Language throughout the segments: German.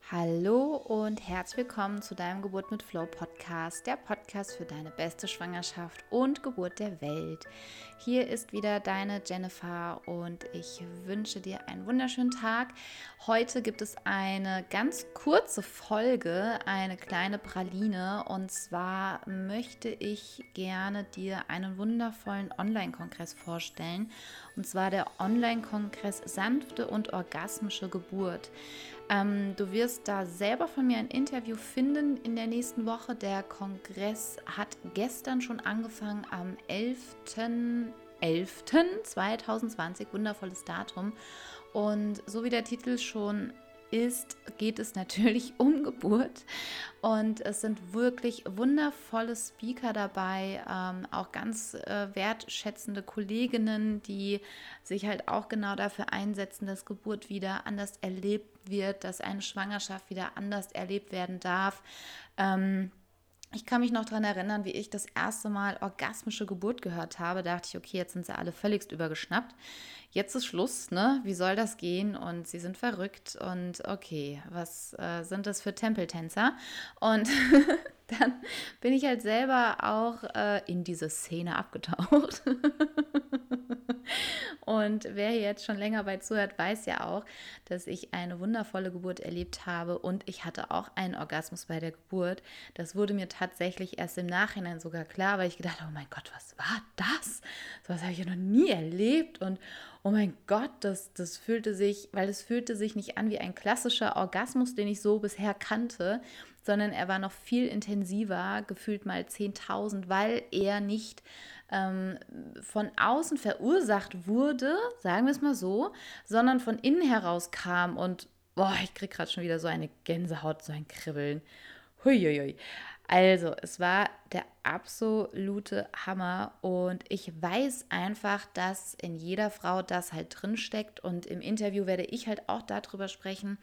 Hallo und herzlich willkommen zu deinem Geburt mit Flow Podcast, der Podcast für deine beste Schwangerschaft und Geburt der Welt. Hier ist wieder deine Jennifer und ich wünsche dir einen wunderschönen Tag. Heute gibt es eine ganz kurze Folge, eine kleine Praline, und zwar möchte ich gerne dir einen wundervollen Online-Kongress vorstellen, und zwar der Online-Kongress Sanfte und orgasmische Geburt. Du wirst da selber von mir ein Interview finden in der nächsten Woche. Der Kongress hat gestern schon angefangen, am 11.11.2020, wundervolles Datum. Und so wie der Titel schon ist, geht es natürlich um Geburt, und es sind wirklich wundervolle Speaker dabei, auch ganz wertschätzende Kolleginnen, die sich halt auch genau dafür einsetzen, dass Geburt wieder anders erlebt wird, dass eine Schwangerschaft wieder anders erlebt werden darf. Ich kann mich noch daran erinnern, wie ich das erste Mal orgasmische Geburt gehört habe. Da dachte ich, okay, jetzt sind sie alle völligst übergeschnappt. Jetzt ist Schluss, ne? Wie soll das gehen? Und sie sind verrückt. Und okay, was sind das für Tempeltänzer? Und dann bin ich halt selber auch in diese Szene abgetaucht. Und wer hier jetzt schon länger bei zuhört, weiß ja auch, dass ich eine wundervolle Geburt erlebt habe, und ich hatte auch einen Orgasmus bei der Geburt. Das wurde mir tatsächlich erst im Nachhinein sogar klar, weil ich gedacht habe, oh mein Gott, was war das? So was habe ich ja noch nie erlebt, und oh mein Gott, das fühlte sich nicht an wie ein klassischer Orgasmus, den ich so bisher kannte, sondern er war noch viel intensiver, gefühlt mal 10.000, weil er nicht von außen verursacht wurde, sagen wir es mal so, sondern von innen heraus kam. Und boah, ich kriege gerade schon wieder so eine Gänsehaut, so ein Kribbeln. Huiuiui. Also, es war der absolute Hammer, und ich weiß einfach, dass in jeder Frau das halt drin steckt, und im Interview werde ich halt auch darüber sprechen,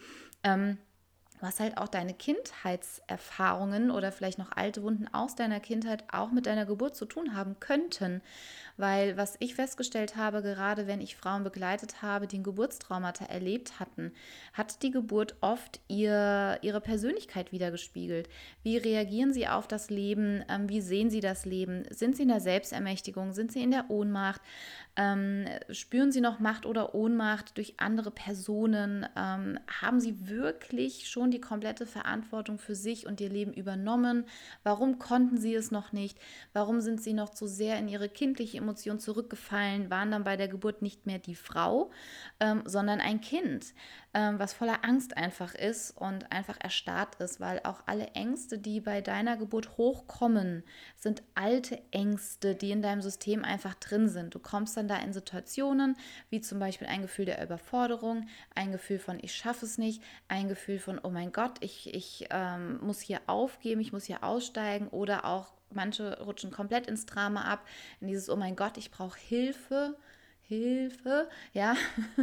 was halt auch deine Kindheitserfahrungen oder vielleicht noch alte Wunden aus deiner Kindheit auch mit deiner Geburt zu tun haben könnten. Weil was ich festgestellt habe, gerade wenn ich Frauen begleitet habe, die ein Geburtstraumata erlebt hatten, hat die Geburt oft ihre Persönlichkeit wiedergespiegelt. Wie reagieren sie auf das Leben? Wie sehen sie das Leben? Sind sie in der Selbstermächtigung? Sind sie in der Ohnmacht? Spüren sie noch Macht oder Ohnmacht durch andere Personen? Haben sie wirklich schon die komplette Verantwortung für sich und ihr Leben übernommen? Warum konnten sie es noch nicht? Warum sind sie noch zu sehr in ihre kindliche Emotion zurückgefallen, waren dann bei der Geburt nicht mehr die Frau, sondern ein Kind, was voller Angst einfach ist und einfach erstarrt ist, weil auch alle Ängste, die bei deiner Geburt hochkommen, sind alte Ängste, die in deinem System einfach drin sind. Du kommst dann da in Situationen, wie zum Beispiel ein Gefühl der Überforderung, ein Gefühl von ich schaffe es nicht, ein Gefühl von oh mein Gott, ich muss hier aufgeben, ich muss hier aussteigen, oder auch manche rutschen komplett ins Drama ab, in dieses oh mein Gott, ich brauche Hilfe, ja,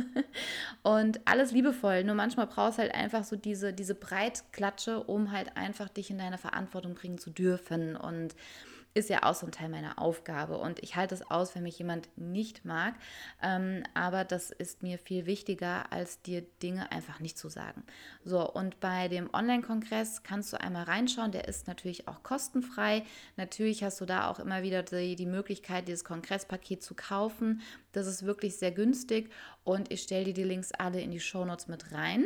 und alles liebevoll, nur manchmal brauchst du halt einfach so diese Breitklatsche, um halt einfach dich in deine Verantwortung bringen zu dürfen, und ist ja auch so ein Teil meiner Aufgabe, und ich halte es aus, wenn mich jemand nicht mag, aber das ist mir viel wichtiger, als dir Dinge einfach nicht zu sagen. So, und bei dem Online-Kongress kannst du einmal reinschauen, der ist natürlich auch kostenfrei. Natürlich hast du da auch immer wieder die Möglichkeit, dieses Kongresspaket zu kaufen. Das ist wirklich sehr günstig, und ich stelle dir die Links alle in die Shownotes mit rein.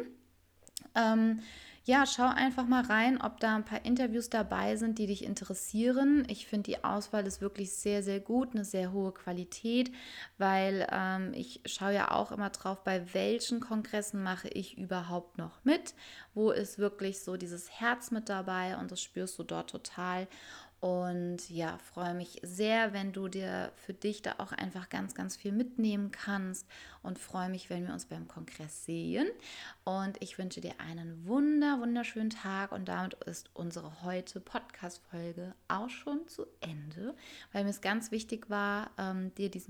Ja, schau einfach mal rein, ob da ein paar Interviews dabei sind, die dich interessieren. Ich finde, die Auswahl ist wirklich sehr, sehr gut, eine sehr hohe Qualität, weil ich schaue ja auch immer drauf, bei welchen Kongressen mache ich überhaupt noch mit, wo ist wirklich so dieses Herz mit dabei, und das spürst du dort total. Und ja, freue mich sehr, wenn du dir für dich da auch einfach ganz, ganz viel mitnehmen kannst, und freue mich, wenn wir uns beim Kongress sehen. Und ich wünsche dir einen wunderschönen Tag, und damit ist unsere heute Podcast-Folge auch schon zu Ende, weil mir es ganz wichtig war, dir diesen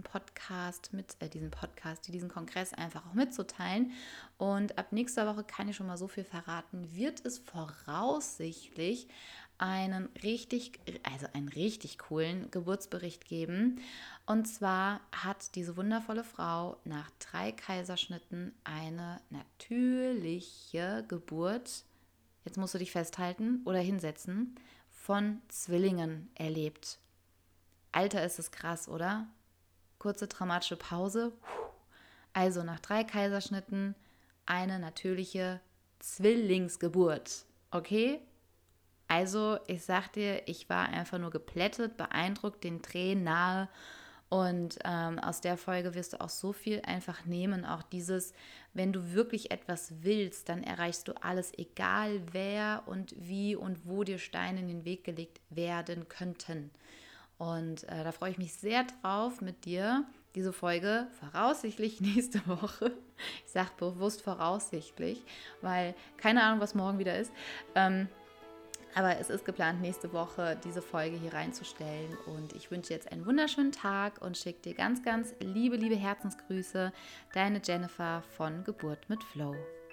Kongress einfach auch mitzuteilen. Und ab nächster Woche kann ich schon mal so viel verraten, wird es voraussichtlich einen richtig coolen Geburtsbericht geben. Und zwar hat diese wundervolle Frau nach 3 Kaiserschnitten eine natürliche Geburt jetzt musst du dich festhalten oder hinsetzen, von Zwillingen erlebt. Alter, ist es krass, oder? Kurze dramatische Pause. Also nach 3 Kaiserschnitten eine natürliche Zwillingsgeburt. Okay? Also ich sag dir, ich war einfach nur geplättet, beeindruckt, den Tränen nahe. Und aus der Folge wirst du auch so viel einfach nehmen. Auch dieses, wenn du wirklich etwas willst, dann erreichst du alles, egal wer und wie und wo dir Steine in den Weg gelegt werden könnten. Und da freue ich mich sehr drauf, mit dir diese Folge voraussichtlich nächste Woche. Ich sage bewusst voraussichtlich, weil keine Ahnung, was morgen wieder ist. Aber es ist geplant, nächste Woche diese Folge hier reinzustellen. Und ich wünsche jetzt einen wunderschönen Tag und schicke dir ganz, ganz liebe Herzensgrüße. Deine Jennifer von Geburt mit Flow.